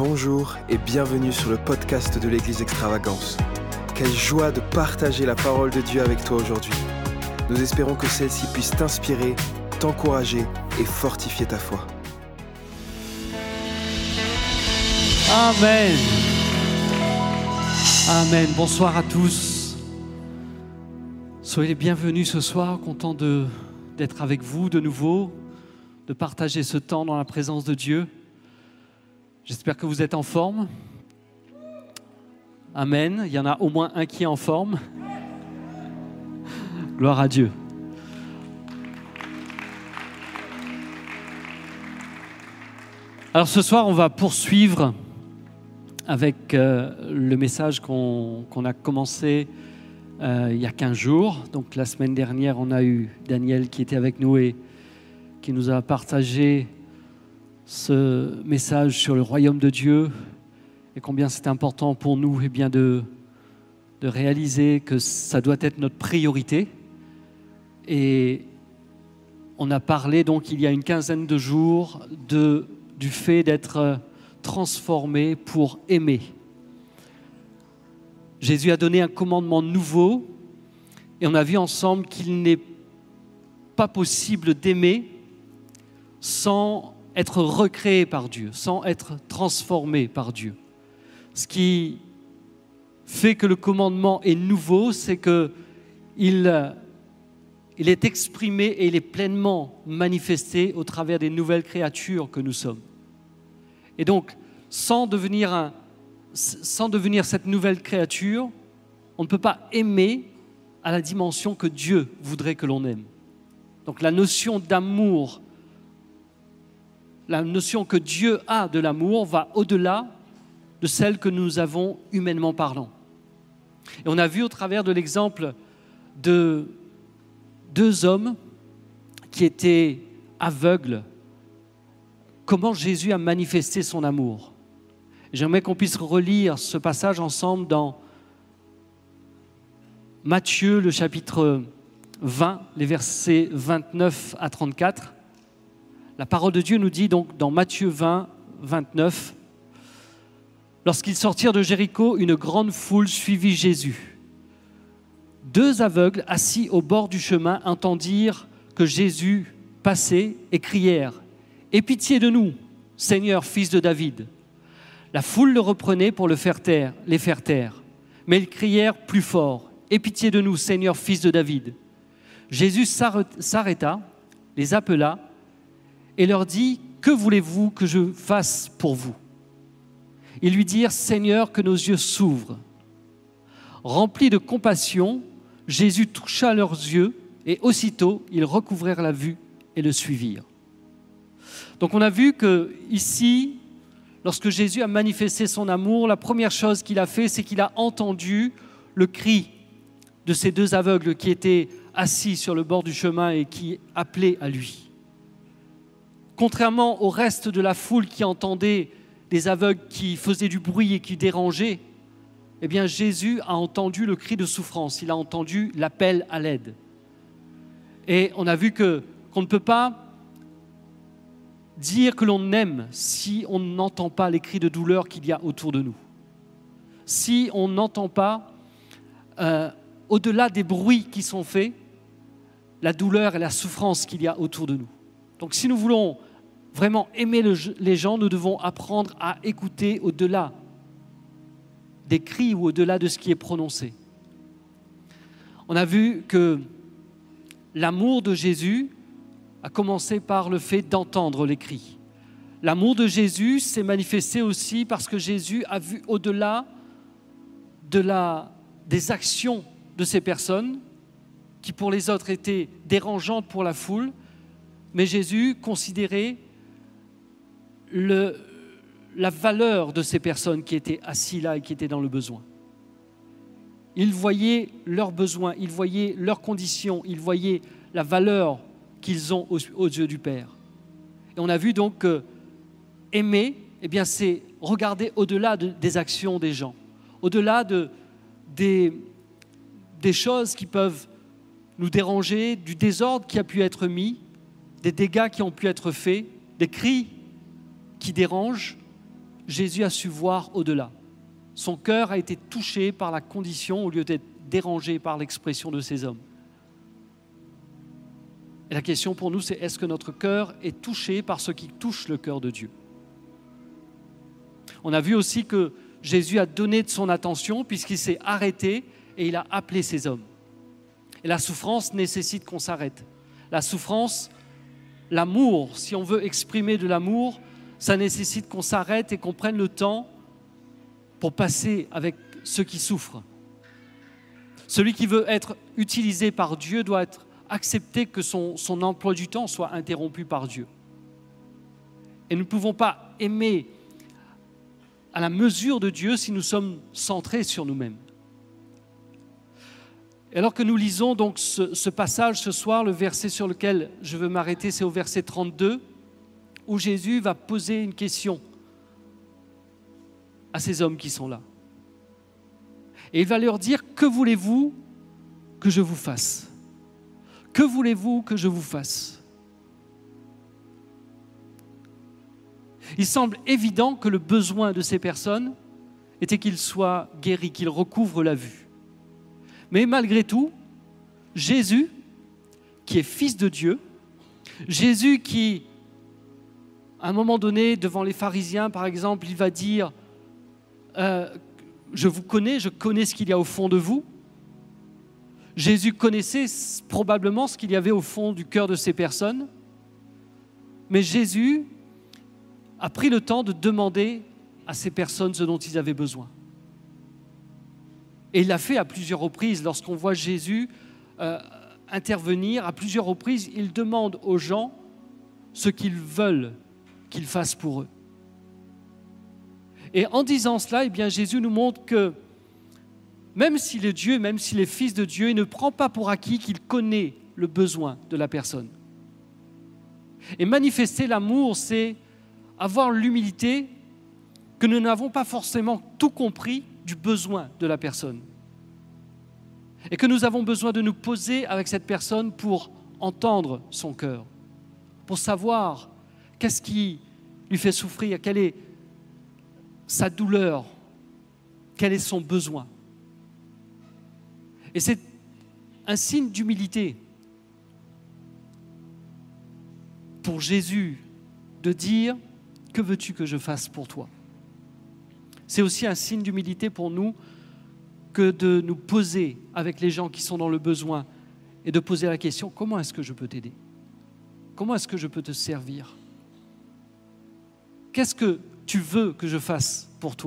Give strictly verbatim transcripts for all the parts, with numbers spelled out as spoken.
Bonjour et bienvenue sur le podcast de l'Église Extravagance. Quelle joie de partager la parole de Dieu avec toi aujourd'hui. Nous espérons que celle-ci puisse t'inspirer, t'encourager et fortifier ta foi. Amen. Amen. Bonsoir à tous. Soyez les bienvenus ce soir, content de, d'être avec vous de nouveau, de partager ce temps dans la présence de Dieu. J'espère que vous êtes en forme. Amen. Il y en a au moins un qui est en forme. Gloire à Dieu. Alors ce soir, on va poursuivre avec euh, le message qu'on, qu'on a commencé euh, il y a quinze jours. Donc la semaine dernière, on a eu Daniel qui était avec nous et qui nous a partagé ce message sur le royaume de Dieu et combien c'est important pour nous eh bien de, de réaliser que ça doit être notre priorité. Et on a parlé donc il y a une quinzaine de jours de, du fait d'être transformé pour aimer. Jésus a donné un commandement nouveau et on a vu ensemble qu'il n'est pas possible d'aimer sans être recréé par Dieu, sans être transformé par Dieu. Ce qui fait que le commandement est nouveau, c'est qu'il il est exprimé et il est pleinement manifesté au travers des nouvelles créatures que nous sommes. Et donc, sans devenir, un, sans devenir cette nouvelle créature, on ne peut pas aimer à la dimension que Dieu voudrait que l'on aime. Donc la notion d'amour, la notion que Dieu a de l'amour va au-delà de celle que nous avons humainement parlant. Et on a vu au travers de l'exemple de deux hommes qui étaient aveugles, comment Jésus a manifesté son amour. J'aimerais qu'on puisse relire ce passage ensemble dans Matthieu, le chapitre vingt, les versets vingt-neuf à trente-quatre. La parole de Dieu nous dit donc dans Matthieu vingt, vingt-neuf, « Lorsqu'ils sortirent de Jéricho, une grande foule suivit Jésus. Deux aveugles assis au bord du chemin entendirent que Jésus passait et crièrent « Aie pitié de nous, Seigneur, fils de David !» La foule le reprenait pour le faire taire, les faire taire, mais ils crièrent plus fort « Aie pitié de nous, Seigneur, fils de David !» Jésus s'arrêta, les appela et leur dit « Que voulez-vous que je fasse pour vous ?» Ils lui dirent « Seigneur, que nos yeux s'ouvrent. » Rempli de compassion, Jésus toucha leurs yeux et aussitôt ils recouvrèrent la vue et le suivirent. Donc on a vu que ici, lorsque Jésus a manifesté son amour, la première chose qu'il a fait, c'est qu'il a entendu le cri de ces deux aveugles qui étaient assis sur le bord du chemin et qui appelaient à lui. Contrairement au reste de la foule qui entendait des aveugles qui faisaient du bruit et qui dérangeaient, eh bien Jésus a entendu le cri de souffrance, il a entendu l'appel à l'aide. Et on a vu que, qu'on ne peut pas dire que l'on aime si on n'entend pas les cris de douleur qu'il y a autour de nous. Si on n'entend pas, euh, au-delà des bruits qui sont faits, la douleur et la souffrance qu'il y a autour de nous. Donc si nous voulons vraiment aimer le, les gens, nous devons apprendre à écouter au-delà des cris ou au-delà de ce qui est prononcé. On a vu que l'amour de Jésus a commencé par le fait d'entendre les cris. L'amour de Jésus s'est manifesté aussi parce que Jésus a vu au-delà de la, des actions de ces personnes qui pour les autres étaient dérangeantes pour la foule, mais Jésus considérait le, la valeur de ces personnes qui étaient assises là et qui étaient dans le besoin. Il voyait leurs besoins, il voyait leurs conditions, il voyait la valeur qu'ils ont aux, aux yeux du Père. Et on a vu donc que aimer, eh bien, c'est regarder au-delà de, des actions des gens, au-delà de, des, des choses qui peuvent nous déranger, du désordre qui a pu être mis, des dégâts qui ont pu être faits, des cris qui dérangent, Jésus a su voir au-delà. Son cœur a été touché par la condition au lieu d'être dérangé par l'expression de ces hommes. Et la question pour nous, c'est est-ce que notre cœur est touché par ce qui touche le cœur de Dieu? On a vu aussi que Jésus a donné de son attention puisqu'il s'est arrêté et il a appelé ces hommes. Et la souffrance nécessite qu'on s'arrête. La souffrance, l'amour, si on veut exprimer de l'amour, ça nécessite qu'on s'arrête et qu'on prenne le temps pour passer avec ceux qui souffrent. Celui qui veut être utilisé par Dieu doit être accepter que son, son emploi du temps soit interrompu par Dieu. Et nous ne pouvons pas aimer à la mesure de Dieu si nous sommes centrés sur nous-mêmes. Et alors que nous lisons donc ce, ce passage ce soir, le verset sur lequel je veux m'arrêter, c'est au verset trente-deux, où Jésus va poser une question à ces hommes qui sont là. Et il va leur dire, que voulez-vous que je vous fasse ? Que voulez-vous que je vous fasse ? Il semble évident que le besoin de ces personnes était qu'ils soient guéris, qu'ils recouvrent la vue. Mais malgré tout, Jésus, qui est fils de Dieu, Jésus qui, à un moment donné, devant les pharisiens, par exemple, il va dire euh, « Je vous connais, je connais ce qu'il y a au fond de vous ». Jésus connaissait probablement ce qu'il y avait au fond du cœur de ces personnes, mais Jésus a pris le temps de demander à ces personnes ce dont ils avaient besoin. Et il l'a fait à plusieurs reprises. Lorsqu'on voit Jésus euh, intervenir, à plusieurs reprises, il demande aux gens ce qu'ils veulent qu'il fasse pour eux. Et en disant cela, eh bien, Jésus nous montre que même s'il est Dieu, même s'il est fils de Dieu, il ne prend pas pour acquis qu'il connaît le besoin de la personne. Et manifester l'amour, c'est avoir l'humilité que nous n'avons pas forcément tout compris du besoin de la personne. Et que nous avons besoin de nous poser avec cette personne pour entendre son cœur, pour savoir qu'est-ce qui lui fait souffrir, quelle est sa douleur, quel est son besoin. Et c'est un signe d'humilité pour Jésus de dire « Que veux-tu que je fasse pour toi ?» C'est aussi un signe d'humilité pour nous que de nous poser avec les gens qui sont dans le besoin et de poser la question « Comment est-ce que je peux t'aider ? Comment est-ce que je peux te servir ? Qu'est-ce que tu veux que je fasse pour toi ? »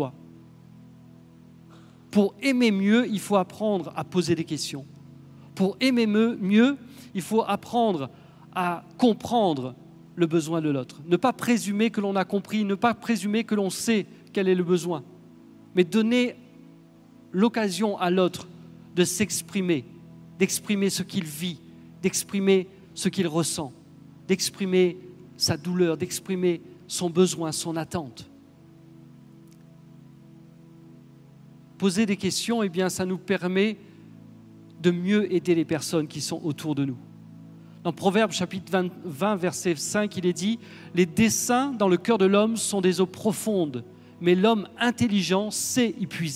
Pour aimer mieux, il faut apprendre à poser des questions. Pour aimer mieux, il faut apprendre à comprendre le besoin de l'autre. Ne pas présumer que l'on a compris, ne pas présumer que l'on sait quel est le besoin, mais donner l'occasion à l'autre de s'exprimer, d'exprimer ce qu'il vit, d'exprimer ce qu'il ressent, d'exprimer sa douleur, d'exprimer son besoin, son attente. Poser des questions, eh bien, ça nous permet de mieux aider les personnes qui sont autour de nous. Dans Proverbes chapitre vingt, verset cinq, il est dit « Les desseins dans le cœur de l'homme sont des eaux profondes, mais l'homme intelligent sait y puiser. »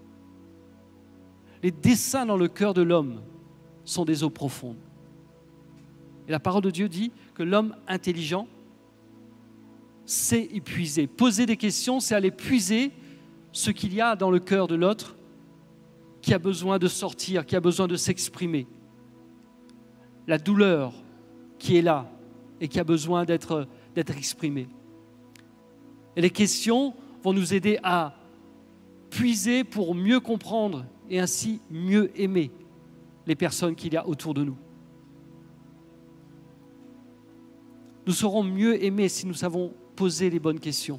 Les desseins dans le cœur de l'homme sont des eaux profondes. Et la parole de Dieu dit que l'homme intelligent sait y puiser. Poser des questions, c'est aller puiser ce qu'il y a dans le cœur de l'autre qui a besoin de sortir, qui a besoin de s'exprimer. La douleur qui est là et qui a besoin d'être, d'être exprimée. Et les questions vont nous aider à puiser pour mieux comprendre et ainsi mieux aimer les personnes qu'il y a autour de nous. Nous serons mieux aimés si nous savons poser les bonnes questions.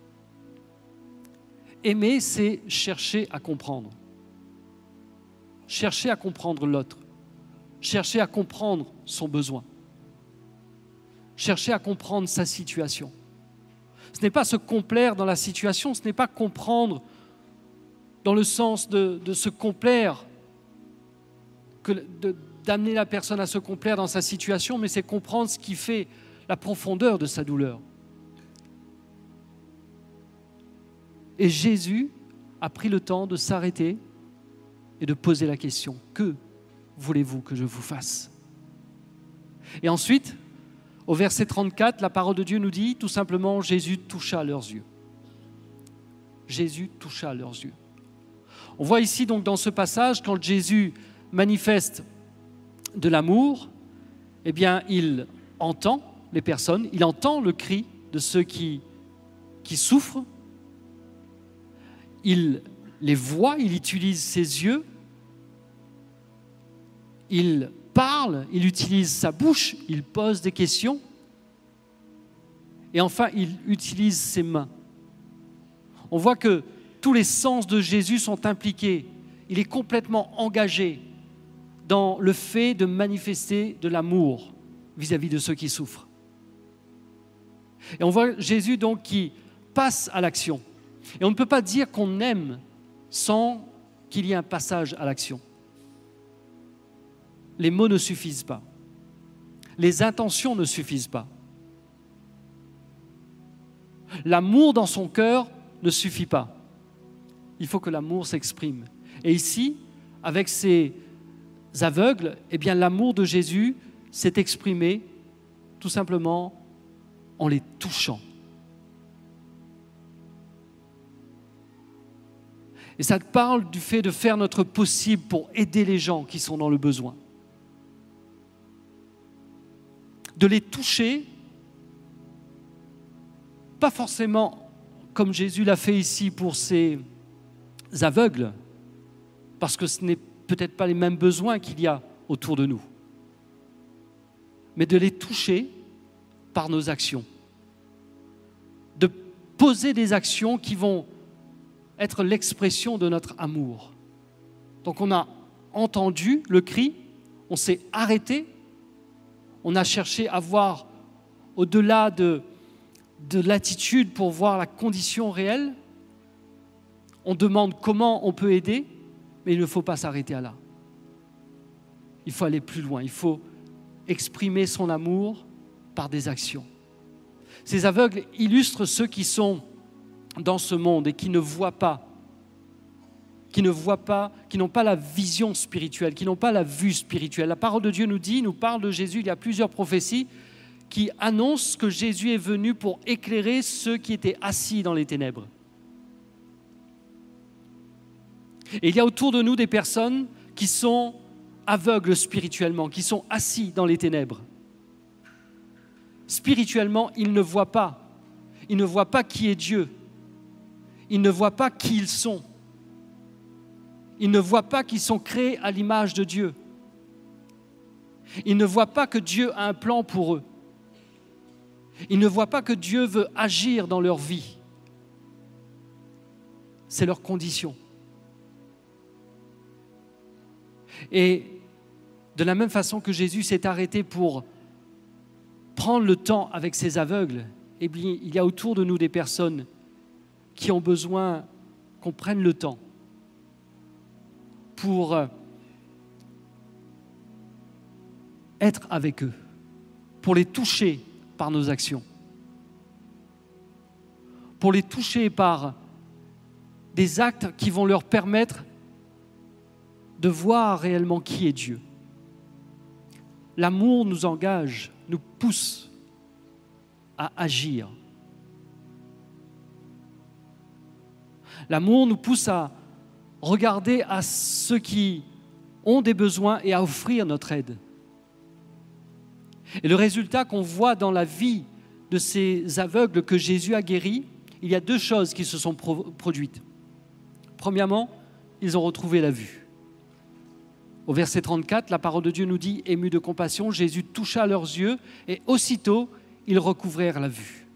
Aimer, c'est chercher à comprendre. Chercher à comprendre l'autre. Chercher à comprendre son besoin. Chercher à comprendre sa situation. Ce n'est pas se complaire dans la situation, ce n'est pas comprendre dans le sens de, de se complaire, que de, d'amener la personne à se complaire dans sa situation, mais c'est comprendre ce qui fait la profondeur de sa douleur. Et Jésus a pris le temps de s'arrêter et de poser la question, que voulez-vous que je vous fasse? Et ensuite, au verset trente-quatre, la parole de Dieu nous dit tout simplement, Jésus toucha leurs yeux. Jésus toucha leurs yeux. On voit ici donc dans ce passage, quand Jésus manifeste de l'amour, eh bien il entend les personnes, il entend le cri de ceux qui, qui souffrent, il les voit, il utilise ses yeux, il parle, il utilise sa bouche, il pose des questions et enfin il utilise ses mains. On voit que tous les sens de Jésus sont impliqués, il est complètement engagé dans le fait de manifester de l'amour vis-à-vis de ceux qui souffrent. Et on voit Jésus donc qui passe à l'action. Et on ne peut pas dire qu'on aime sans qu'il y ait un passage à l'action. Les mots ne suffisent pas. Les intentions ne suffisent pas. L'amour dans son cœur ne suffit pas. Il faut que l'amour s'exprime. Et ici, avec ces aveugles, eh bien, l'amour de Jésus s'est exprimé tout simplement en les touchant. Et ça parle du fait de faire notre possible pour aider les gens qui sont dans le besoin. De les toucher, pas forcément comme Jésus l'a fait ici pour ces aveugles, parce que ce n'est peut-être pas les mêmes besoins qu'il y a autour de nous, mais de les toucher par nos actions, de poser des actions qui vont être l'expression de notre amour. Donc on a entendu le cri, on s'est arrêté, on a cherché à voir au-delà de, de l'attitude pour voir la condition réelle. On demande comment on peut aider, mais il ne faut pas s'arrêter à là. Il faut aller plus loin, il faut exprimer son amour par des actions. Ces aveugles illustrent ceux qui sont dans ce monde et qui ne voient pas, qui ne voient pas, qui n'ont pas la vision spirituelle, qui n'ont pas la vue spirituelle. La parole de Dieu nous dit, nous parle de Jésus, il y a plusieurs prophéties qui annoncent que Jésus est venu pour éclairer ceux qui étaient assis dans les ténèbres. Et il y a autour de nous des personnes qui sont aveugles spirituellement, qui sont assis dans les ténèbres. Spirituellement, ils ne voient pas. Ils ne voient pas qui est Dieu. Ils ne voient pas qui ils sont. Ils ne voient pas qu'ils sont créés à l'image de Dieu. Ils ne voient pas que Dieu a un plan pour eux. Ils ne voient pas que Dieu veut agir dans leur vie. C'est leur condition. Et de la même façon que Jésus s'est arrêté pour prendre le temps avec ces aveugles, eh bien, il y a autour de nous des personnes qui ont besoin qu'on prenne le temps pour être avec eux, pour les toucher par nos actions, pour les toucher par des actes qui vont leur permettre de voir réellement qui est Dieu. L'amour nous engage, nous pousse à agir. L'amour nous pousse à regarder à ceux qui ont des besoins et à offrir notre aide. Et le résultat qu'on voit dans la vie de ces aveugles que Jésus a guéris, il y a deux choses qui se sont pro- produites. Premièrement, ils ont retrouvé la vue. Au verset trente-quatre, la parole de Dieu nous dit, ému de compassion, Jésus toucha leurs yeux et aussitôt, ils recouvrèrent la vue.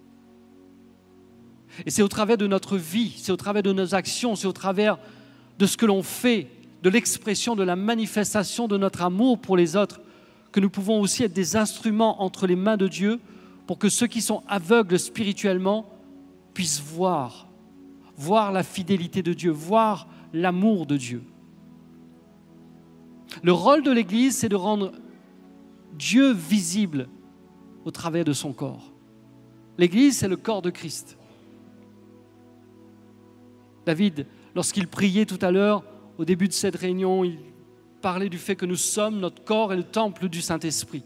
Et c'est au travers de notre vie, c'est au travers de nos actions, c'est au travers de ce que l'on fait, de l'expression, de la manifestation de notre amour pour les autres, que nous pouvons aussi être des instruments entre les mains de Dieu pour que ceux qui sont aveugles spirituellement puissent voir, voir la fidélité de Dieu, voir l'amour de Dieu. Le rôle de l'Église, c'est de rendre Dieu visible au travers de son corps. L'Église, c'est le corps de Christ. David, lorsqu'il priait tout à l'heure, au début de cette réunion, il parlait du fait que nous sommes, notre corps est le temple du Saint-Esprit.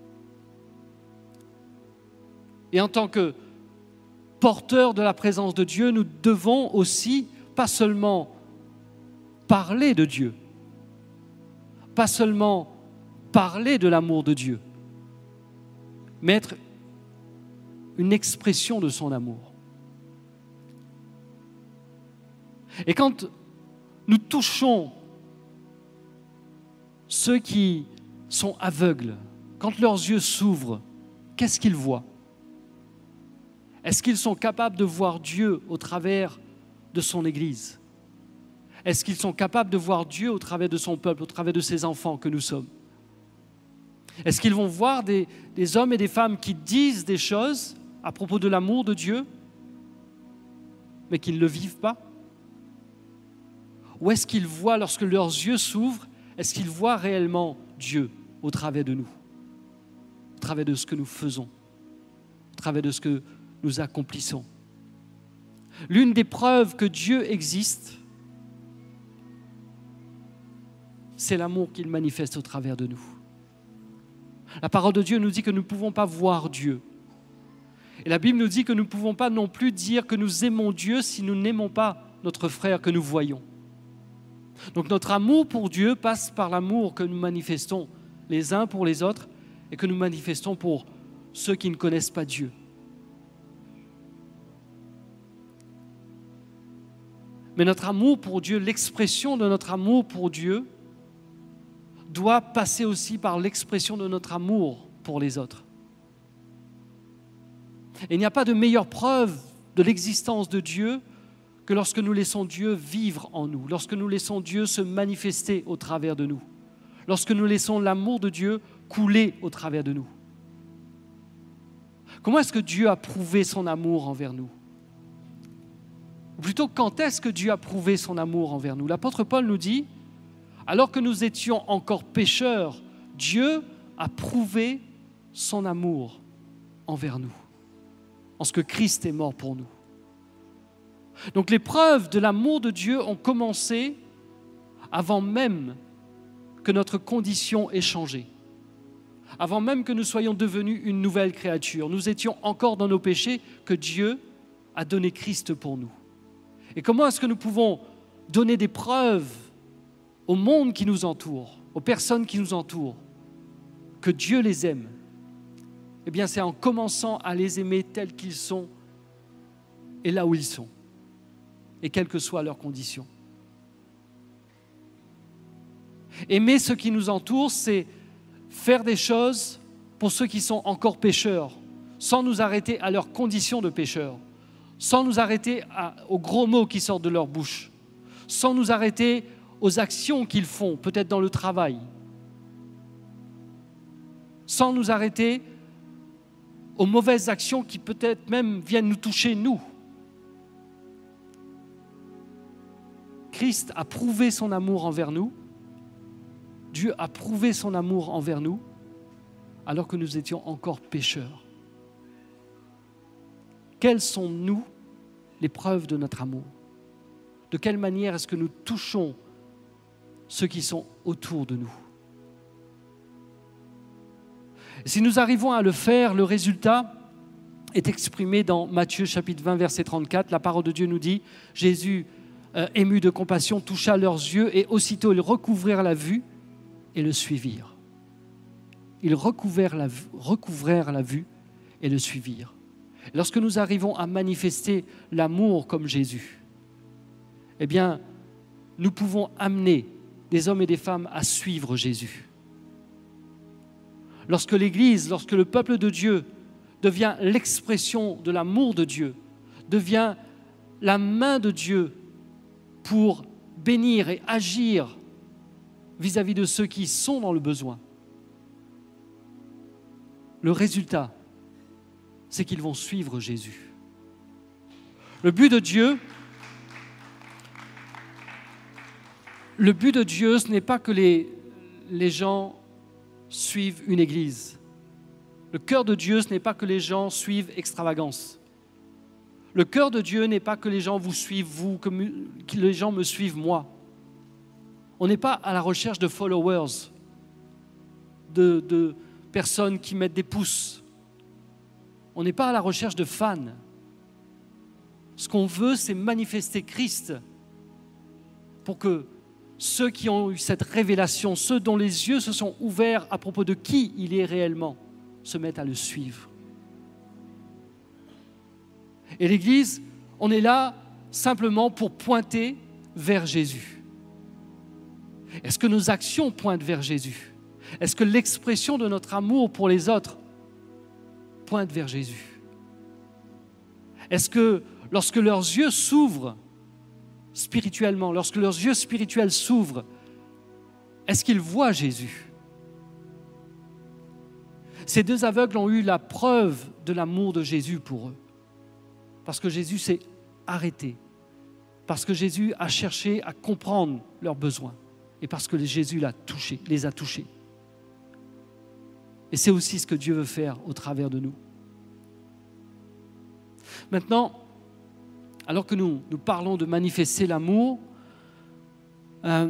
Et en tant que porteurs de la présence de Dieu, nous devons aussi, pas seulement parler de Dieu, pas seulement parler de l'amour de Dieu, mais être une expression de son amour. Et quand nous touchons ceux qui sont aveugles, quand leurs yeux s'ouvrent, qu'est-ce qu'ils voient? Est-ce qu'ils sont capables de voir Dieu au travers de son Église? Est-ce qu'ils sont capables de voir Dieu au travers de son peuple, au travers de ses enfants que nous sommes? Est-ce qu'ils vont voir des, des hommes et des femmes qui disent des choses à propos de l'amour de Dieu, mais qui ne le vivent pas? Ou est-ce qu'ils voient, lorsque leurs yeux s'ouvrent, est-ce qu'ils voient réellement Dieu au travers de nous, au travers de ce que nous faisons, au travers de ce que nous accomplissons? L'une des preuves que Dieu existe, c'est l'amour qu'il manifeste au travers de nous. La parole de Dieu nous dit que nous ne pouvons pas voir Dieu. Et la Bible nous dit que nous ne pouvons pas non plus dire que nous aimons Dieu si nous n'aimons pas notre frère que nous voyons. Donc notre amour pour Dieu passe par l'amour que nous manifestons les uns pour les autres et que nous manifestons pour ceux qui ne connaissent pas Dieu. Mais notre amour pour Dieu, l'expression de notre amour pour Dieu, doit passer aussi par l'expression de notre amour pour les autres. Et il n'y a pas de meilleure preuve de l'existence de Dieu que lorsque nous laissons Dieu vivre en nous, lorsque nous laissons Dieu se manifester au travers de nous, lorsque nous laissons l'amour de Dieu couler au travers de nous. Comment est-ce que Dieu a prouvé son amour envers nous? Ou plutôt, quand est-ce que Dieu a prouvé son amour envers nous? L'apôtre Paul nous dit, alors que nous étions encore pécheurs, Dieu a prouvé son amour envers nous, en ce que Christ est mort pour nous. Donc les preuves de l'amour de Dieu ont commencé avant même que notre condition ait changé, avant même que nous soyons devenus une nouvelle créature. Nous étions encore dans nos péchés que Dieu a donné Christ pour nous. Et comment est-ce que nous pouvons donner des preuves au monde qui nous entoure, aux personnes qui nous entourent, que Dieu les aime? Eh bien, c'est en commençant à les aimer tels qu'ils sont et là où ils sont, et quelles que soient leurs conditions. Aimer ceux qui nous entourent, c'est faire des choses pour ceux qui sont encore pécheurs, sans nous arrêter à leurs conditions de pécheurs, sans nous arrêter à, aux gros mots qui sortent de leur bouche, sans nous arrêter aux actions qu'ils font, peut-être dans le travail, sans nous arrêter aux mauvaises actions qui peut-être même viennent nous toucher, nous. Christ a prouvé son amour envers nous, Dieu a prouvé son amour envers nous, alors que nous étions encore pécheurs. Quelles sont, nous, les preuves de notre amour? De quelle manière est-ce que nous touchons ceux qui sont autour de nous? Et si nous arrivons à le faire, le résultat est exprimé dans Matthieu chapitre vingt, verset trente-quatre. La parole de Dieu nous dit, Jésus, euh, ému de compassion, toucha leurs yeux et aussitôt ils recouvrirent la vue et le suivirent. Ils recouvrèrent la, recouvrèrent la vue et le suivirent. Et lorsque nous arrivons à manifester l'amour comme Jésus, eh bien, nous pouvons amener des hommes et des femmes à suivre Jésus. Lorsque l'Église, lorsque le peuple de Dieu devient l'expression de l'amour de Dieu, devient la main de Dieu pour bénir et agir vis-à-vis de ceux qui sont dans le besoin, le résultat, c'est qu'ils vont suivre Jésus. Le but de Dieu, le but de Dieu, ce n'est pas que les, les gens suivent une église. Le cœur de Dieu, ce n'est pas que les gens suivent extravagance. Le cœur de Dieu n'est pas que les gens vous suivent, vous, que, que les gens me suivent, moi. On n'est pas à la recherche de followers, de, de personnes qui mettent des pouces. On n'est pas à la recherche de fans. Ce qu'on veut, c'est manifester Christ pour que ceux qui ont eu cette révélation, ceux dont les yeux se sont ouverts à propos de qui il est réellement, se mettent à le suivre. Et l'Église, on est là simplement pour pointer vers Jésus. Est-ce que nos actions pointent vers Jésus? Est-ce que l'expression de notre amour pour les autres pointe vers Jésus? Est-ce que lorsque leurs yeux s'ouvrent spirituellement, lorsque leurs yeux spirituels s'ouvrent, est-ce qu'ils voient Jésus? Ces deux aveugles ont eu la preuve de l'amour de Jésus pour eux. Parce que Jésus s'est arrêté. Parce que Jésus a cherché à comprendre leurs besoins. Et parce que Jésus l'a touché, les a touchés. Et c'est aussi ce que Dieu veut faire au travers de nous. Maintenant, alors que nous, nous parlons de manifester l'amour, euh,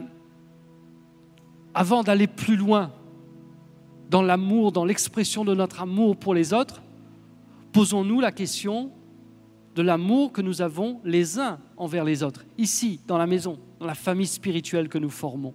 avant d'aller plus loin dans l'amour, dans l'expression de notre amour pour les autres, posons-nous la question de l'amour que nous avons les uns envers les autres, ici, dans la maison, dans la famille spirituelle que nous formons.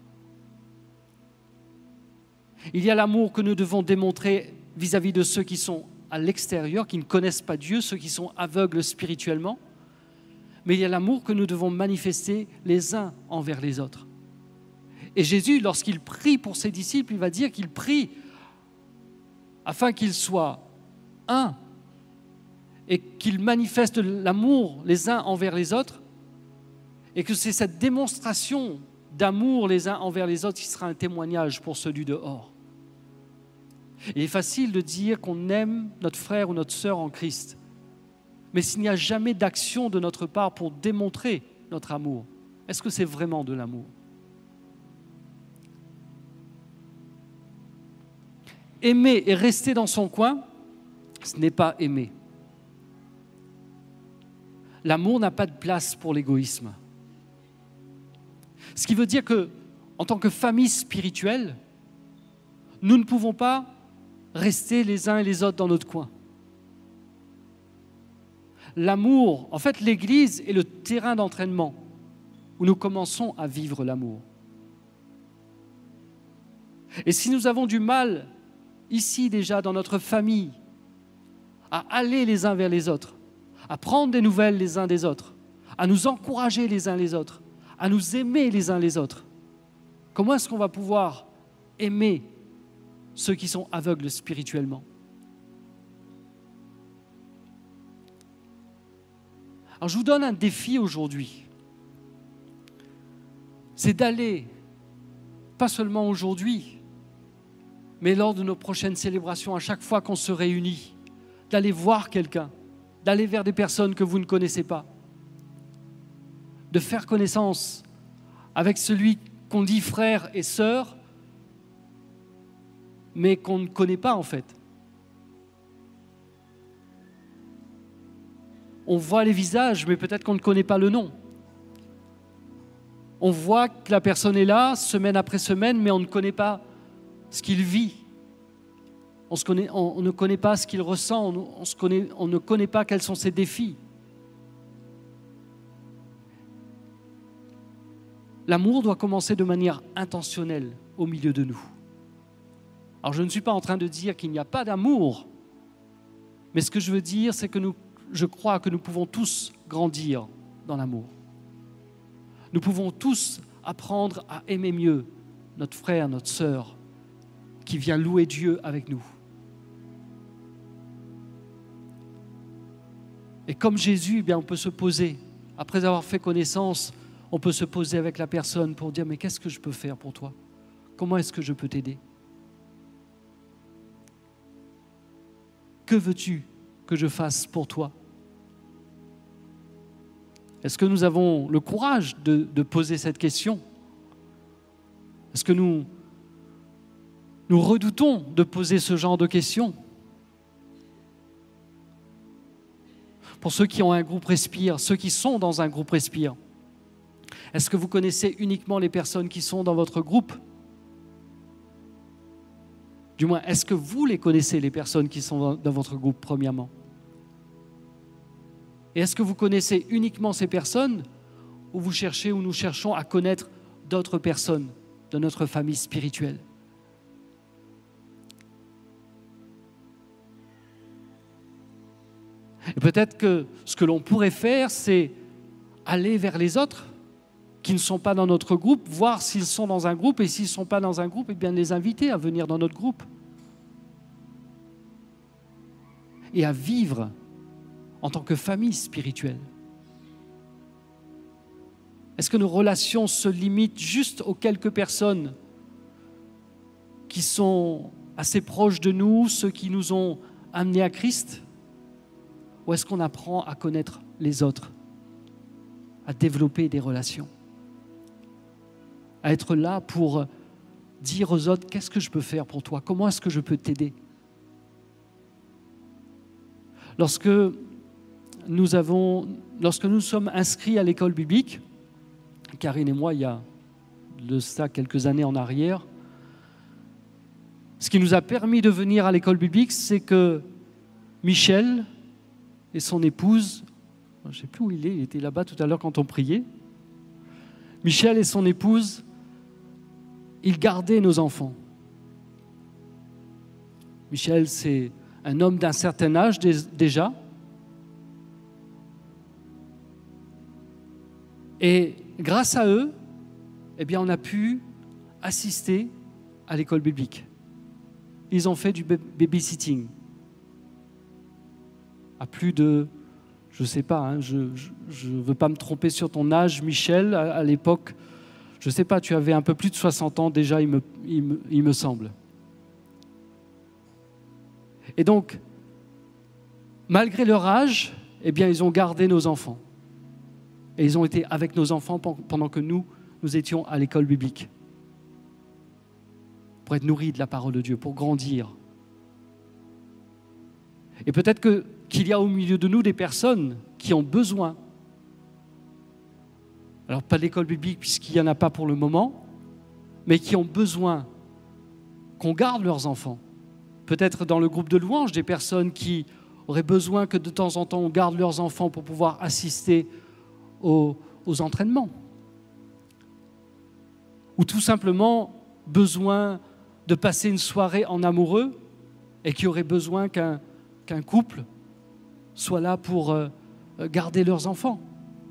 Il y a l'amour que nous devons démontrer vis-à-vis de ceux qui sont à l'extérieur, qui ne connaissent pas Dieu, ceux qui sont aveugles spirituellement. Mais il y a l'amour que nous devons manifester les uns envers les autres. Et Jésus, lorsqu'il prie pour ses disciples, il va dire qu'il prie afin qu'ils soient un et qu'ils manifestent l'amour les uns envers les autres et que c'est cette démonstration d'amour les uns envers les autres qui sera un témoignage pour ceux du dehors. Il est facile de dire qu'on aime notre frère ou notre sœur en Christ, mais s'il n'y a jamais d'action de notre part pour démontrer notre amour, est-ce que c'est vraiment de l'amour? Aimer et rester dans son coin, ce n'est pas aimer. L'amour n'a pas de place pour l'égoïsme. Ce qui veut dire que, en tant que famille spirituelle, nous ne pouvons pas rester les uns et les autres dans notre coin. L'amour, en fait, l'Église est le terrain d'entraînement où nous commençons à vivre l'amour. Et si nous avons du mal, ici déjà, dans notre famille, à aller les uns vers les autres, à prendre des nouvelles les uns des autres, à nous encourager les uns les autres, à nous aimer les uns les autres, comment est-ce qu'on va pouvoir aimer ceux qui sont aveugles spirituellement? Alors je vous donne un défi aujourd'hui. C'est d'aller, pas seulement aujourd'hui, mais lors de nos prochaines célébrations, à chaque fois qu'on se réunit, d'aller voir quelqu'un, d'aller vers des personnes que vous ne connaissez pas, de faire connaissance avec celui qu'on dit frère et sœur, mais qu'on ne connaît pas en fait. On voit les visages, mais peut-être qu'on ne connaît pas le nom. On voit que la personne est là, semaine après semaine, mais on ne connaît pas ce qu'il vit. On, se connaît, on, on ne connaît pas ce qu'il ressent, on, on, se connaît, on ne connaît pas quels sont ses défis. L'amour doit commencer de manière intentionnelle au milieu de nous. Alors je ne suis pas en train de dire qu'il n'y a pas d'amour, mais ce que je veux dire, c'est que nous, je crois que nous pouvons tous grandir dans l'amour. Nous pouvons tous apprendre à aimer mieux notre frère, notre sœur, qui vient louer Dieu avec nous. Et comme Jésus, eh bien, on peut se poser, après avoir fait connaissance, on peut se poser avec la personne pour dire « Mais qu'est-ce que je peux faire pour toi? Comment est-ce que je peux t'aider? Que veux-tu que je fasse pour toi ?» Est-ce que nous avons le courage de, de poser cette question? Est-ce que nous, nous redoutons de poser ce genre de questions? Pour ceux qui ont un groupe Respire, ceux qui sont dans un groupe Respire, est-ce que vous connaissez uniquement les personnes qui sont dans votre groupe ? Du moins, est-ce que vous les connaissez, les personnes qui sont dans, dans votre groupe, premièrement ? Et est-ce que vous connaissez uniquement ces personnes ou vous cherchez ou nous cherchons à connaître d'autres personnes de notre famille spirituelle ? Et peut-être que ce que l'on pourrait faire, c'est aller vers les autres qui ne sont pas dans notre groupe, voir s'ils sont dans un groupe, et s'ils ne sont pas dans un groupe, eh bien les inviter à venir dans notre groupe et à vivre en tant que famille spirituelle. Est-ce que nos relations se limitent juste aux quelques personnes qui sont assez proches de nous, ceux qui nous ont amenés à Christ ? Ou est-ce qu'on apprend à connaître les autres, à développer des relations, à être là pour dire aux autres « Qu'est-ce que je peux faire pour toi ? Comment est-ce que je peux t'aider ?» Lorsque nous avons, lorsque nous sommes inscrits à l'école biblique, Karine et moi, il y a de ça quelques années en arrière, ce qui nous a permis de venir à l'école biblique, c'est que Michel et son épouse, je ne sais plus où il est, il était là-bas tout à l'heure quand on priait, Michel et son épouse, ils gardaient nos enfants. Michel, c'est un homme d'un certain âge déjà. Et grâce à eux, eh bien, on a pu assister à l'école biblique. Ils ont fait du babysitting. À plus de, je ne sais pas, hein, je ne veux pas me tromper sur ton âge, Michel, à, à l'époque, je ne sais pas, tu avais un peu plus de soixante ans déjà, il me, il me, il me semble. Et donc, malgré leur âge, eh bien, ils ont gardé nos enfants. Et ils ont été avec nos enfants pendant que nous, nous étions à l'école biblique. Pour être nourris de la parole de Dieu, pour grandir. Et peut-être que, qu'il y a au milieu de nous des personnes qui ont besoin, alors pas de l'école biblique puisqu'il n'y en a pas pour le moment, mais qui ont besoin qu'on garde leurs enfants. Peut-être dans le groupe de louanges, des personnes qui auraient besoin que de temps en temps on garde leurs enfants pour pouvoir assister aux, aux entraînements. Ou tout simplement besoin de passer une soirée en amoureux et qui auraient besoin qu'un, qu'un couple soit là pour euh, garder leurs enfants.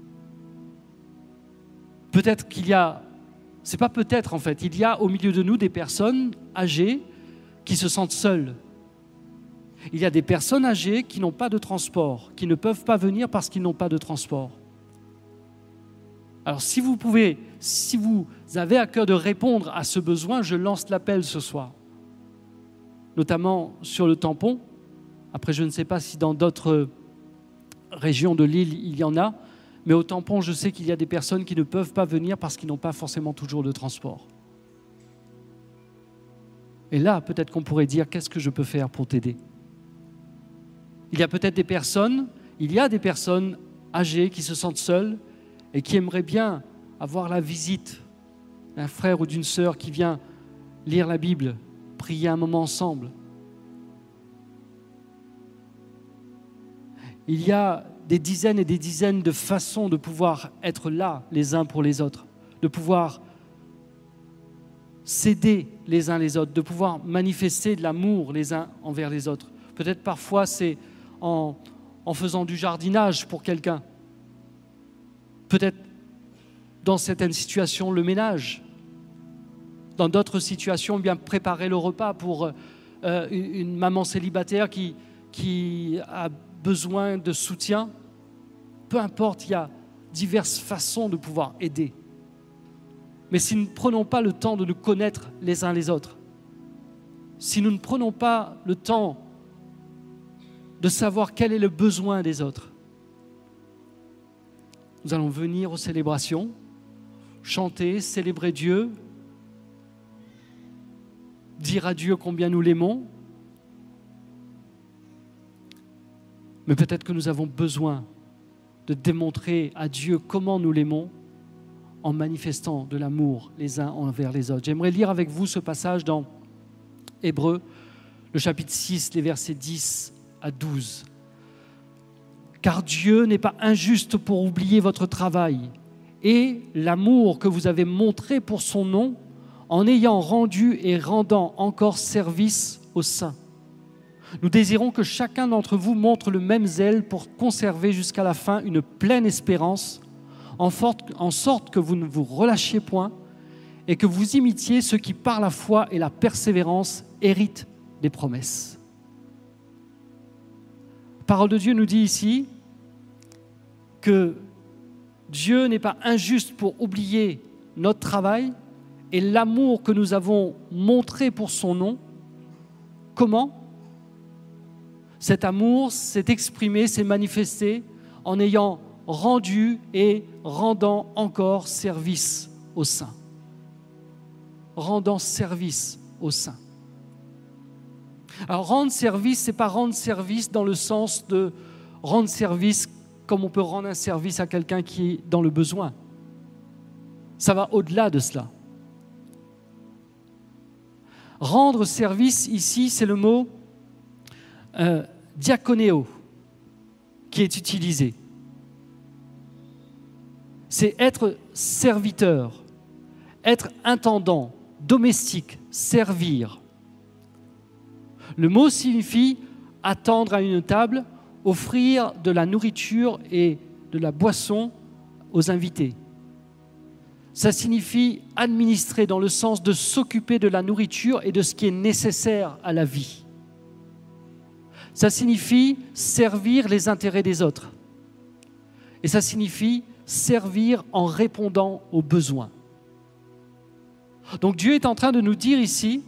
Peut-être qu'il y a, c'est pas peut-être en fait, il y a au milieu de nous des personnes âgées qui se sentent seules. Il y a des personnes âgées qui n'ont pas de transport, qui ne peuvent pas venir parce qu'ils n'ont pas de transport. Alors si vous pouvez, si vous avez à cœur de répondre à ce besoin, je lance l'appel ce soir, notamment sur le tampon. Après, je ne sais pas si dans d'autres régions de l'île, il y en a, mais au tampon, je sais qu'il y a des personnes qui ne peuvent pas venir parce qu'ils n'ont pas forcément toujours de transport. Et là, peut-être qu'on pourrait dire, qu'est-ce que je peux faire pour t'aider ? Il y a peut-être des personnes, il y a des personnes âgées qui se sentent seules et qui aimeraient bien avoir la visite d'un frère ou d'une sœur qui vient lire la Bible, prier un moment ensemble. Il y a des dizaines et des dizaines de façons de pouvoir être là les uns pour les autres, de pouvoir s'aider les uns les autres, de pouvoir manifester de l'amour les uns envers les autres. Peut-être parfois c'est en, en faisant du jardinage pour quelqu'un. Peut-être dans certaines situations le ménage. Dans d'autres situations, bien préparer le repas pour euh, une maman célibataire qui, qui a besoin de soutien. Peu importe, il y a diverses façons de pouvoir aider. Mais si nous ne prenons pas le temps de nous connaître les uns les autres, si nous ne prenons pas le temps de savoir quel est le besoin des autres, nous allons venir aux célébrations, chanter, célébrer Dieu, dire à Dieu combien nous l'aimons, Mais peut-être que nous avons besoin de démontrer à Dieu comment nous l'aimons en manifestant de l'amour les uns envers les autres. J'aimerais lire avec vous ce passage dans Hébreux, le chapitre six, les versets dix à douze. « Car Dieu n'est pas injuste pour oublier votre travail et l'amour que vous avez montré pour son nom en ayant rendu et rendant encore service aux saints. Nous désirons que chacun d'entre vous montre le même zèle pour conserver jusqu'à la fin une pleine espérance, en, forte, en sorte que vous ne vous relâchiez point et que vous imitiez ceux qui, par la foi et la persévérance, héritent des promesses. » La parole de Dieu nous dit ici que Dieu n'est pas injuste pour oublier notre travail et l'amour que nous avons montré pour son nom. Comment ? Cet amour s'est exprimé, s'est manifesté en ayant rendu et rendant encore service aux saints. Rendant service aux saints. Alors rendre service, ce n'est pas rendre service dans le sens de rendre service comme on peut rendre un service à quelqu'un qui est dans le besoin. Ça va au-delà de cela. Rendre service ici, c'est le mot euh, diaconéo qui est utilisé. C'est être serviteur, être intendant, domestique, servir. Le mot signifie attendre à une table, offrir de la nourriture et de la boisson aux invités. Ça signifie administrer dans le sens de s'occuper de la nourriture et de ce qui est nécessaire à la vie. Ça signifie servir les intérêts des autres. Et ça signifie servir en répondant aux besoins. Donc Dieu est en train de nous dire ici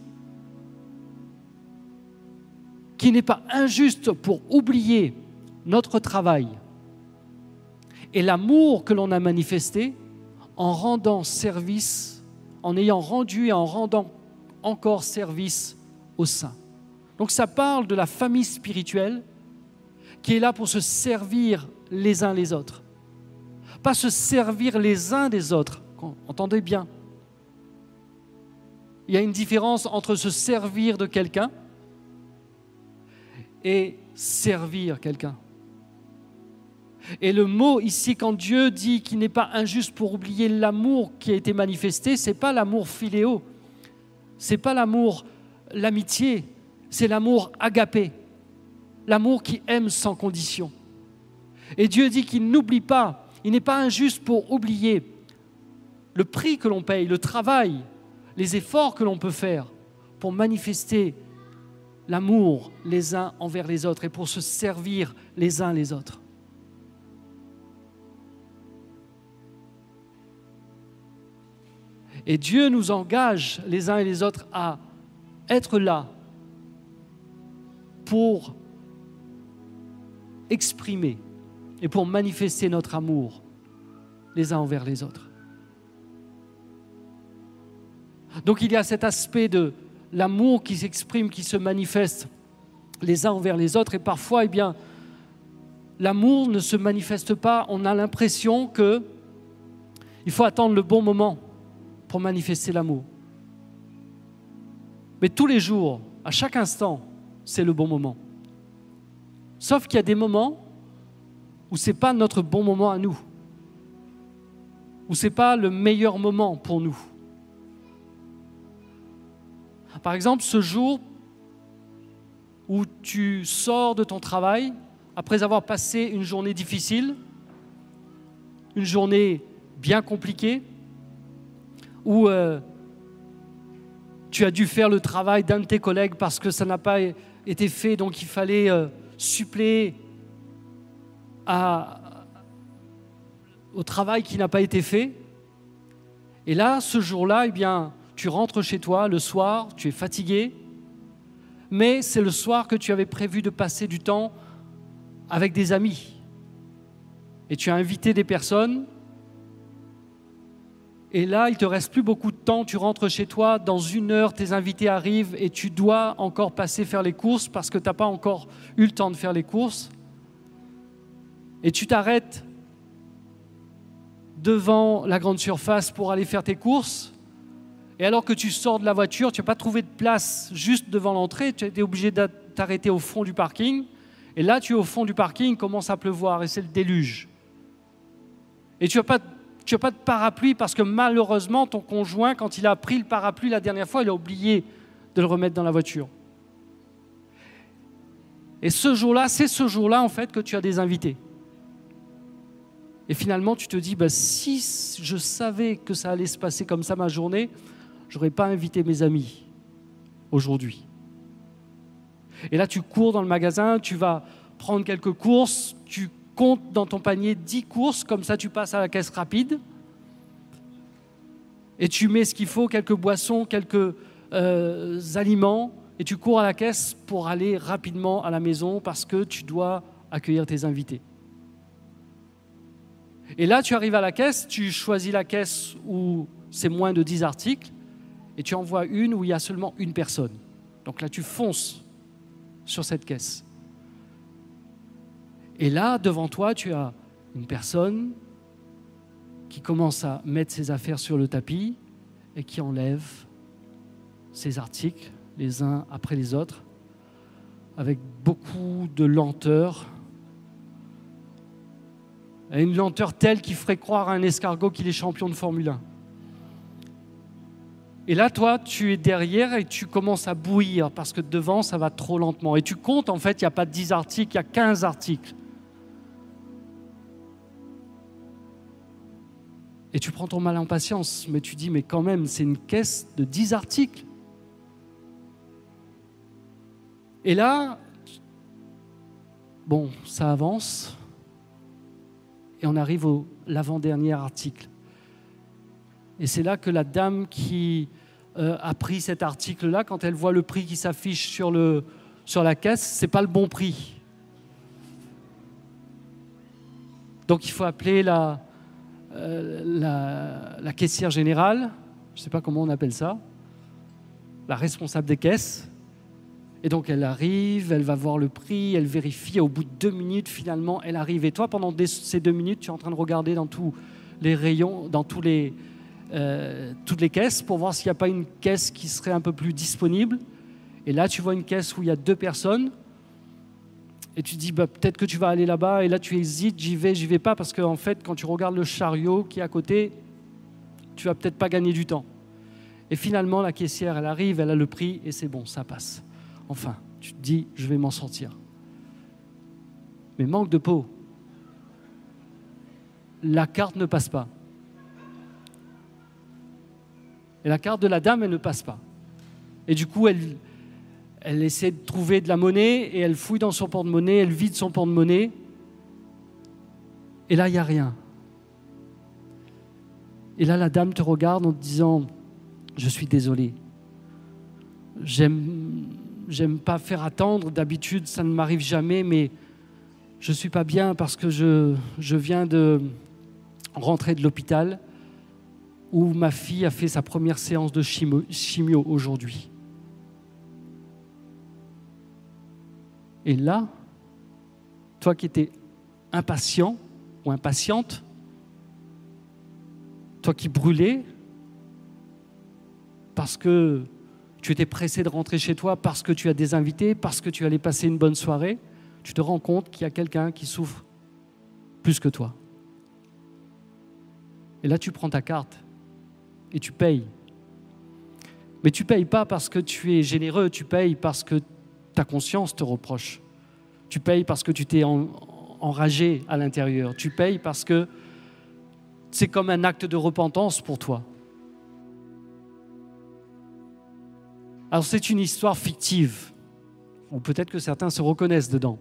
qu'il n'est pas injuste pour oublier notre travail et l'amour que l'on a manifesté en rendant service, en ayant rendu et en rendant encore service aux saints. Donc ça parle de la famille spirituelle qui est là pour se servir les uns les autres. Pas se servir les uns des autres, entendez bien. Il y a une différence entre se servir de quelqu'un et servir quelqu'un. Et le mot ici, quand Dieu dit qu'il n'est pas injuste pour oublier l'amour qui a été manifesté, ce n'est pas l'amour philéo, ce n'est pas l'amour, l'amitié, c'est l'amour agapé, l'amour qui aime sans condition. Et Dieu dit qu'il n'oublie pas, il n'est pas injuste pour oublier le prix que l'on paye, le travail, les efforts que l'on peut faire pour manifester l'amour les uns envers les autres et pour se servir les uns les autres. Et Dieu nous engage les uns et les autres à être là pour exprimer et pour manifester notre amour les uns envers les autres. Donc il y a cet aspect de l'amour qui s'exprime, qui se manifeste les uns envers les autres et parfois, eh bien, l'amour ne se manifeste pas. On a l'impression qu'il faut attendre le bon moment pour manifester l'amour. Mais tous les jours, à chaque instant, c'est le bon moment. Sauf qu'il y a des moments où ce n'est pas notre bon moment à nous, où ce n'est pas le meilleur moment pour nous. Par exemple, ce jour où tu sors de ton travail après avoir passé une journée difficile, une journée bien compliquée, où euh, tu as dû faire le travail d'un de tes collègues parce que ça n'a pas été fait, donc il fallait euh, suppléer à, au travail qui n'a pas été fait. Et là, ce jour-là, eh bien, tu rentres chez toi le soir, tu es fatigué, mais c'est le soir que tu avais prévu de passer du temps avec des amis. Et tu as invité des personnes. Et là, il ne te reste plus beaucoup de temps, tu rentres chez toi, dans une heure, tes invités arrivent et tu dois encore passer faire les courses parce que tu n'as pas encore eu le temps de faire les courses. et tu t'arrêtes devant la grande surface pour aller faire tes courses, et alors que tu sors de la voiture, tu n'as pas trouvé de place juste devant l'entrée, tu es obligé de t'arrêter au fond du parking, et là tu es au fond du parking, il commence à pleuvoir et c'est le déluge. Et tu n'as pas, tu n'as pas de parapluie parce que malheureusement ton conjoint, quand il a pris le parapluie la dernière fois, il a oublié de le remettre dans la voiture. Et ce jour-là, c'est ce jour-là en fait que tu as des invités. Et finalement, tu te dis, bah, si je savais que ça allait se passer comme ça ma journée, je n'aurais pas invité mes amis aujourd'hui. Et là, tu cours dans le magasin, tu vas prendre quelques courses, tu comptes dans ton panier dix courses, comme ça tu passes à la caisse rapide. Et tu mets ce qu'il faut, quelques boissons, quelques euh, aliments, et tu cours à la caisse pour aller rapidement à la maison parce que tu dois accueillir tes invités. Et là, tu arrives à la caisse, tu choisis la caisse où c'est moins de dix articles et tu en vois une où il y a seulement une personne. Donc là, tu fonces sur cette caisse. Et là, devant toi, tu as une personne qui commence à mettre ses affaires sur le tapis et qui enlève ses articles les uns après les autres avec beaucoup de lenteur. Une lenteur telle qui ferait croire à un escargot qu'il est champion de Formule un. Et là, toi, tu es derrière et tu commences à bouillir parce que devant, ça va trop lentement. Et tu comptes, en fait, il n'y a pas dix articles, il y a quinze articles. Et tu prends ton mal en patience, mais tu dis, mais quand même, c'est une caisse de dix articles. Et là, bon, ça avance. Et on arrive au l'avant-dernier article. Et c'est là que la dame qui euh, a pris cet article-là, quand elle voit le prix qui s'affiche sur, le, sur la caisse, ce n'est pas le bon prix. Donc il faut appeler la, euh, la, la caissière générale, je ne sais pas comment on appelle ça, la responsable des caisses. Et donc elle arrive, elle va voir le prix, elle vérifie, et au bout de deux minutes, finalement, elle arrive. Et toi, pendant des, ces deux minutes, tu es en train de regarder dans tous les rayons, dans tous les, euh, toutes les caisses, pour voir s'il n'y a pas une caisse qui serait un peu plus disponible. Et là, tu vois une caisse où il y a deux personnes, et tu dis, bah, peut-être que tu vas aller là-bas, et là, tu hésites, j'y vais, j'y vais pas, parce qu'en fait, quand tu regardes le chariot qui est à côté, tu vas peut-être pas gagner du temps. Et finalement, la caissière, elle arrive, elle a le prix, et c'est bon, ça passe. Enfin, tu te dis, je vais m'en sortir. Mais manque de peau. La carte ne passe pas. Et la carte de la dame, elle ne passe pas. Et du coup, elle, elle essaie de trouver de la monnaie et elle fouille dans son porte-monnaie, elle vide son porte-monnaie. Et là, il n'y a rien. Et là, la dame te regarde en te disant, je suis désolé. J'aime... J'aime pas faire attendre, d'habitude ça ne m'arrive jamais, mais je suis pas bien parce que je, je viens de rentrer de l'hôpital où ma fille a fait sa première séance de chimio, chimio aujourd'hui. Et là, toi qui étais impatient ou impatiente, toi qui brûlais parce que tu étais pressé de rentrer chez toi parce que tu as des invités, parce que tu allais passer une bonne soirée, tu te rends compte qu'il y a quelqu'un qui souffre plus que toi. Et là, tu prends ta carte et tu payes. Mais tu ne payes pas parce que tu es généreux, tu payes parce que ta conscience te reproche. Tu payes parce que tu t'es en, enragé à l'intérieur. Tu payes parce que c'est comme un acte de repentance pour toi. Alors c'est une histoire fictive, ou peut-être que certains se reconnaissent dedans.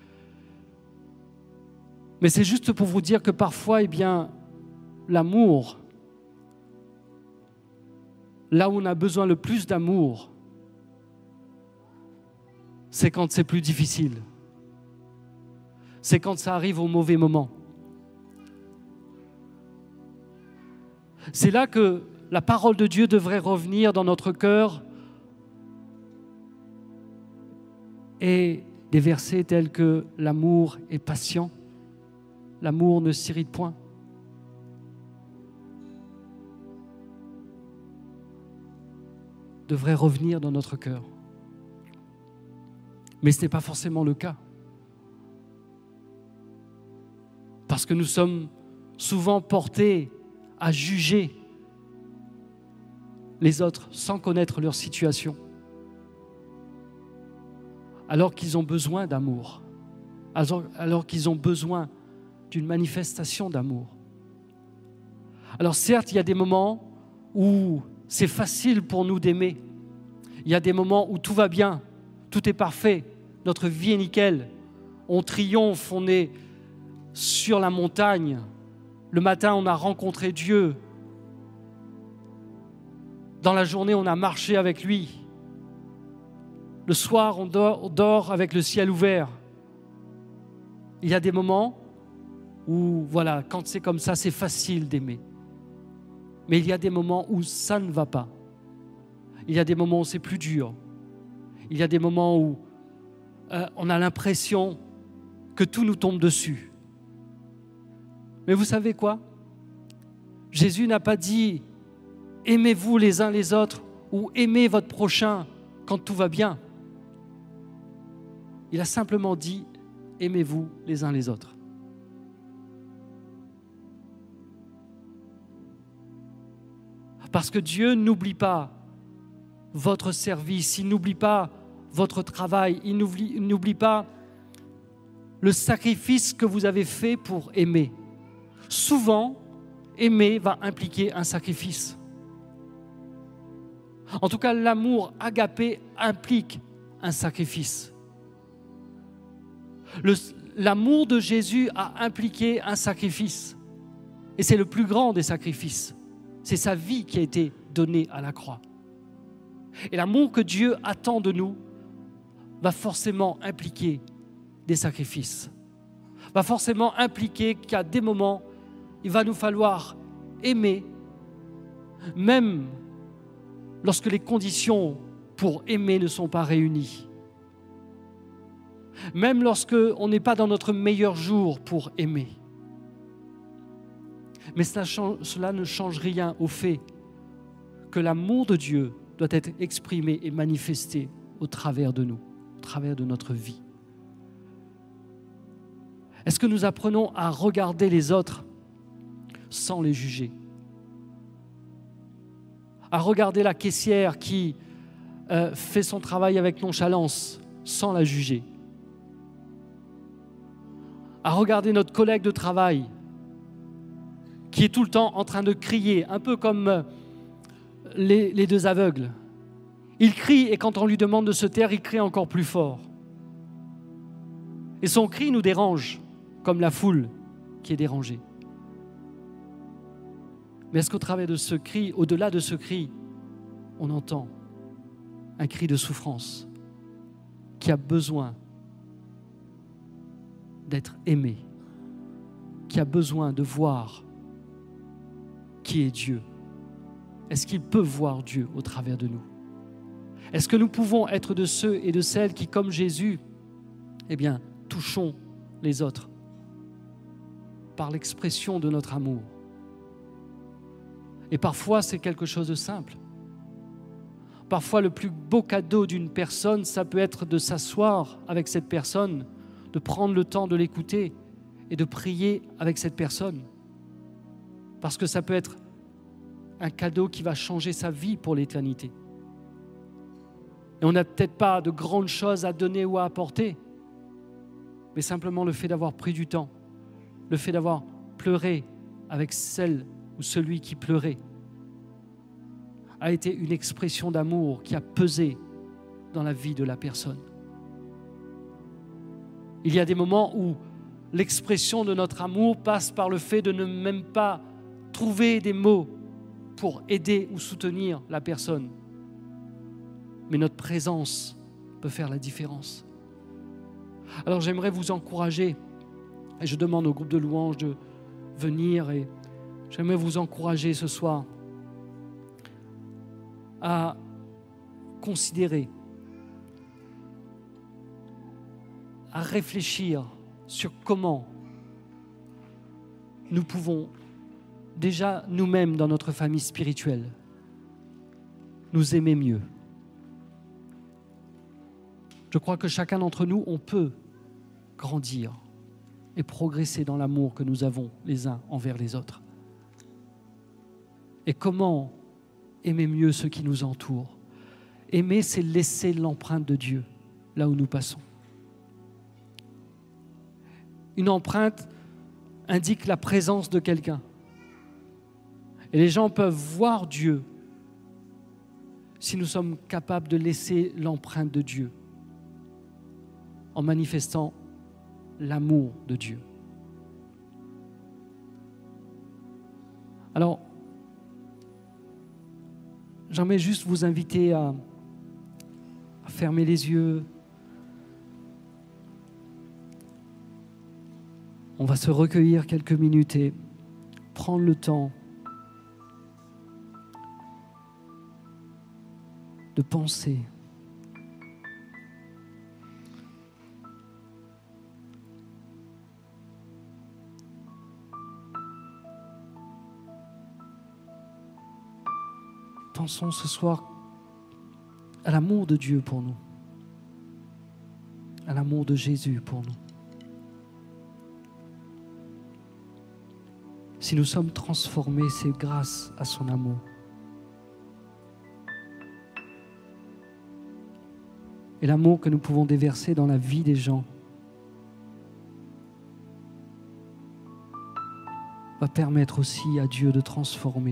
Mais c'est juste pour vous dire que parfois, eh bien, l'amour, là où on a besoin le plus d'amour, c'est quand c'est plus difficile. C'est quand ça arrive au mauvais moment. C'est là que la parole de Dieu devrait revenir dans notre cœur. Et des versets tels que l'amour est patient, l'amour ne s'irrite point. Devrait revenir dans notre cœur. Mais ce n'est pas forcément le cas. Parce que nous sommes souvent portés à juger les autres sans connaître leur situation, alors qu'ils ont besoin d'amour, alors, alors qu'ils ont besoin d'une manifestation d'amour. Alors certes, il y a des moments où c'est facile pour nous d'aimer. Il y a des moments où tout va bien, tout est parfait, notre vie est nickel, on triomphe, on est sur la montagne. Le matin, on a rencontré Dieu. Dans la journée, on a marché avec lui. Le soir, on dort, on dort avec le ciel ouvert. Il y a des moments où, voilà, quand c'est comme ça, c'est facile d'aimer. Mais il y a des moments où ça ne va pas. Il y a des moments où c'est plus dur. Il y a des moments où euh, on a l'impression que tout nous tombe dessus. Mais vous savez quoi? Jésus n'a pas dit « aimez-vous les uns les autres » ou « aimez votre prochain quand tout va bien ». Il a simplement dit « aimez-vous les uns les autres ». Parce que Dieu n'oublie pas votre service, il n'oublie pas votre travail, il n'oublie, il n'oublie pas le sacrifice que vous avez fait pour aimer. Souvent, aimer va impliquer un sacrifice. En tout cas, l'amour agapé implique un sacrifice. Le, l'amour de Jésus a impliqué un sacrifice. Et c'est le plus grand des sacrifices. C'est sa vie qui a été donnée à la croix. Et l'amour que Dieu attend de nous va forcément impliquer des sacrifices. Va forcément impliquer qu'à des moments, il va nous falloir aimer, même lorsque les conditions pour aimer ne sont pas réunies. Même lorsque on n'est pas dans notre meilleur jour pour aimer. Mais cela, cela ne change rien au fait que l'amour de Dieu doit être exprimé et manifesté au travers de nous, au travers de notre vie. Est-ce que nous apprenons à regarder les autres sans les juger? À regarder la caissière qui euh, fait son travail avec nonchalance sans la juger? À regarder notre collègue de travail qui est tout le temps en train de crier, un peu comme les, les deux aveugles. Il crie et quand on lui demande de se taire, il crie encore plus fort. Et son cri nous dérange, comme la foule qui est dérangée. Mais est-ce qu'au travers de ce cri, au-delà de ce cri, on entend un cri de souffrance qui a besoin d'être aimé, qui a besoin de voir qui est Dieu? Est-ce qu'il peut voir Dieu au travers de nous? Est-ce que nous pouvons être de ceux et de celles qui, comme Jésus, eh bien, touchons les autres par l'expression de notre amour? Et parfois, c'est quelque chose de simple. Parfois, le plus beau cadeau d'une personne, ça peut être de s'asseoir avec cette personne, de prendre le temps de l'écouter et de prier avec cette personne. Parce que ça peut être un cadeau qui va changer sa vie pour l'éternité. Et on n'a peut-être pas de grandes choses à donner ou à apporter, mais simplement le fait d'avoir pris du temps, le fait d'avoir pleuré avec celle ou celui qui pleurait, a été une expression d'amour qui a pesé dans la vie de la personne. Il y a des moments où l'expression de notre amour passe par le fait de ne même pas trouver des mots pour aider ou soutenir la personne. Mais notre présence peut faire la différence. Alors j'aimerais vous encourager, et je demande au groupe de louanges de venir, et j'aimerais vous encourager ce soir à considérer, à réfléchir sur comment nous pouvons déjà nous-mêmes dans notre famille spirituelle nous aimer mieux. Je crois que chacun d'entre nous, on peut grandir et progresser dans l'amour que nous avons les uns envers les autres. Et comment aimer mieux ceux qui nous entourent? Aimer, c'est laisser l'empreinte de Dieu là où nous passons. Une empreinte indique la présence de quelqu'un. Et les gens peuvent voir Dieu si nous sommes capables de laisser l'empreinte de Dieu en manifestant l'amour de Dieu. Alors, j'aimerais juste vous inviter à, à fermer les yeux. On va se recueillir quelques minutes et prendre le temps de penser. Pensons ce soir à l'amour de Dieu pour nous, à l'amour de Jésus pour nous. Si nous sommes transformés, c'est grâce à son amour. Et l'amour que nous pouvons déverser dans la vie des gens va permettre aussi à Dieu de transformer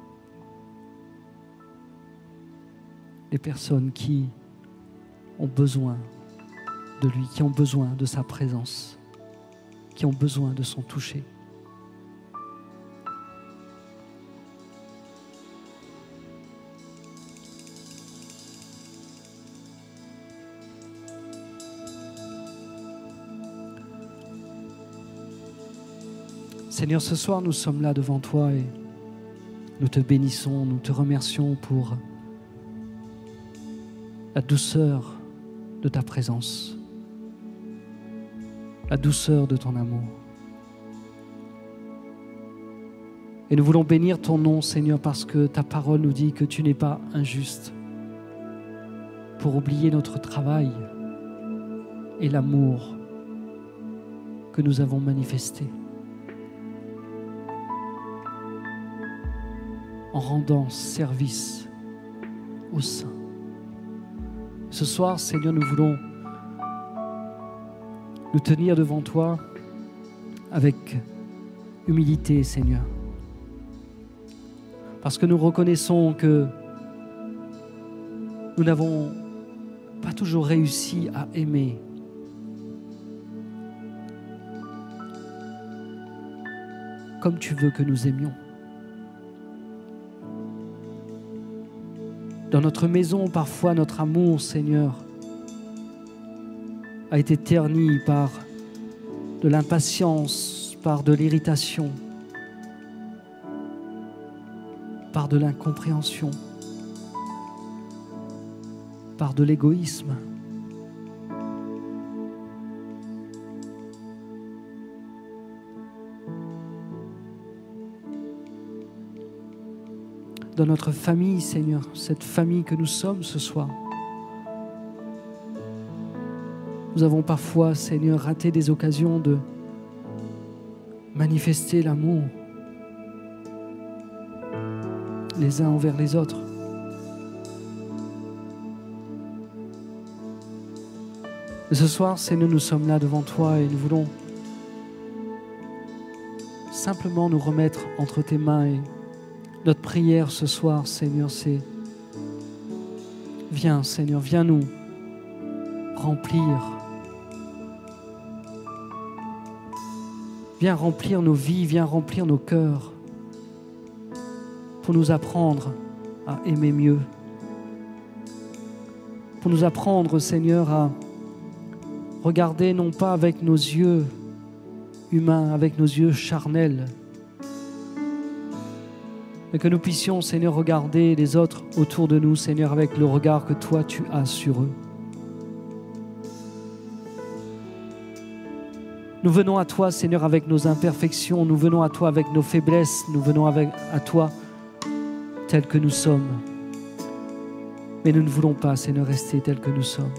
les personnes qui ont besoin de lui, qui ont besoin de sa présence, qui ont besoin de son toucher. Seigneur, ce soir, nous sommes là devant toi et nous te bénissons, nous te remercions pour la douceur de ta présence, la douceur de ton amour. Et nous voulons bénir ton nom, Seigneur, parce que ta parole nous dit que tu n'es pas injuste pour oublier notre travail et l'amour que nous avons manifesté. En rendant service aux saints. Ce soir, Seigneur, nous voulons nous tenir devant toi avec humilité, Seigneur. Parce que nous reconnaissons que nous n'avons pas toujours réussi à aimer. Comme tu veux que nous aimions. Dans notre maison, parfois, notre amour, Seigneur, a été terni par de l'impatience, par de l'irritation, par de l'incompréhension, par de l'égoïsme. Dans notre famille, Seigneur, cette famille que nous sommes ce soir. Nous avons parfois, Seigneur, raté des occasions de manifester l'amour les uns envers les autres. Et ce soir, Seigneur, nous sommes là devant toi et nous voulons simplement nous remettre entre tes mains. Et notre prière ce soir, Seigneur, c'est viens, Seigneur, viens nous remplir. Viens remplir nos vies, viens remplir nos cœurs pour nous apprendre à aimer mieux. Pour nous apprendre, Seigneur, à regarder non pas avec nos yeux humains, avec nos yeux charnels, mais que nous puissions, Seigneur, regarder les autres autour de nous, Seigneur, avec le regard que toi tu as sur eux. Nous venons à toi, Seigneur, avec nos imperfections. Nous venons à toi avec nos faiblesses. Nous venons avec, à toi tels que nous sommes. Mais nous ne voulons pas, Seigneur, rester tels que nous sommes.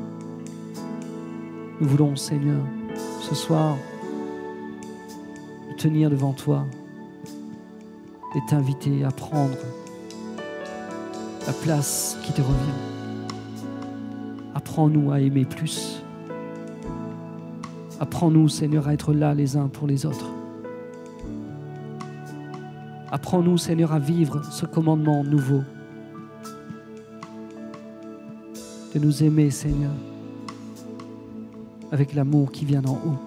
Nous voulons, Seigneur, ce soir, nous tenir devant toi et t'inviter à prendre la place qui te revient. Apprends-nous à aimer plus. Apprends-nous, Seigneur, à être là les uns pour les autres. Apprends-nous, Seigneur, à vivre ce commandement nouveau. De nous aimer, Seigneur, avec l'amour qui vient d'en haut.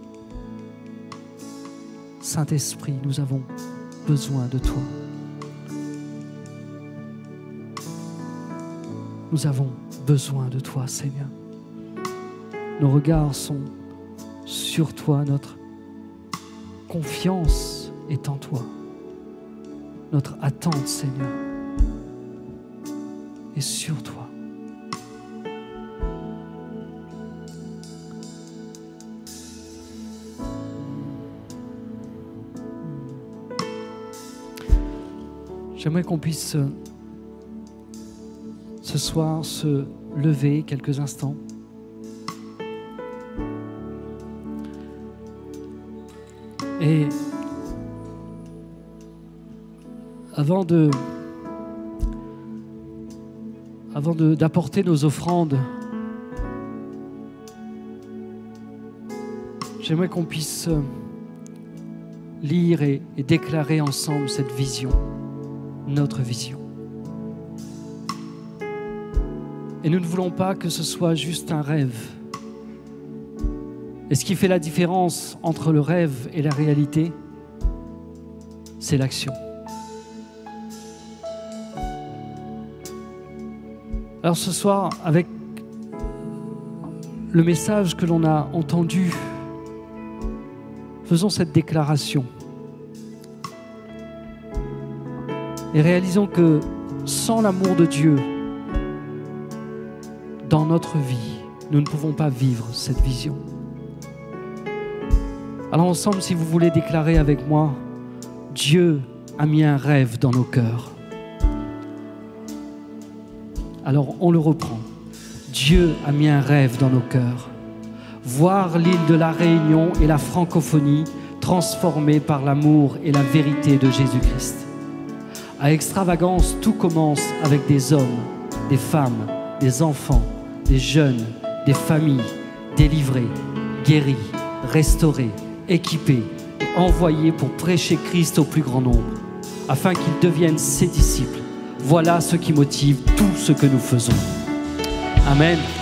Saint-Esprit, nous avons besoin de toi. Nous avons besoin de toi, Seigneur. Nos regards sont sur toi, notre confiance est en toi. Notre attente, Seigneur, est sur toi. J'aimerais qu'on puisse ce soir se lever quelques instants. Et avant de, avant de, d'apporter nos offrandes, j'aimerais qu'on puisse lire et, et déclarer ensemble cette vision, notre vision. Et nous ne voulons pas que ce soit juste un rêve. Et ce qui fait la différence entre le rêve et la réalité, c'est l'action. Alors ce soir, avec le message que l'on a entendu, faisons cette déclaration. Et réalisons que sans l'amour de Dieu dans notre vie, nous ne pouvons pas vivre cette vision. Alors ensemble, si vous voulez déclarer avec moi, Dieu a mis un rêve dans nos cœurs. Alors on le reprend. Dieu a mis un rêve dans nos cœurs. Voir l'île de la Réunion et la francophonie transformées par l'amour et la vérité de Jésus-Christ. À Extravagance, tout commence avec des hommes, des femmes, des enfants, des jeunes, des familles, délivrés, guéris, restaurés, équipés et envoyés pour prêcher Christ au plus grand nombre, afin qu'ils deviennent ses disciples. Voilà ce qui motive tout ce que nous faisons. Amen.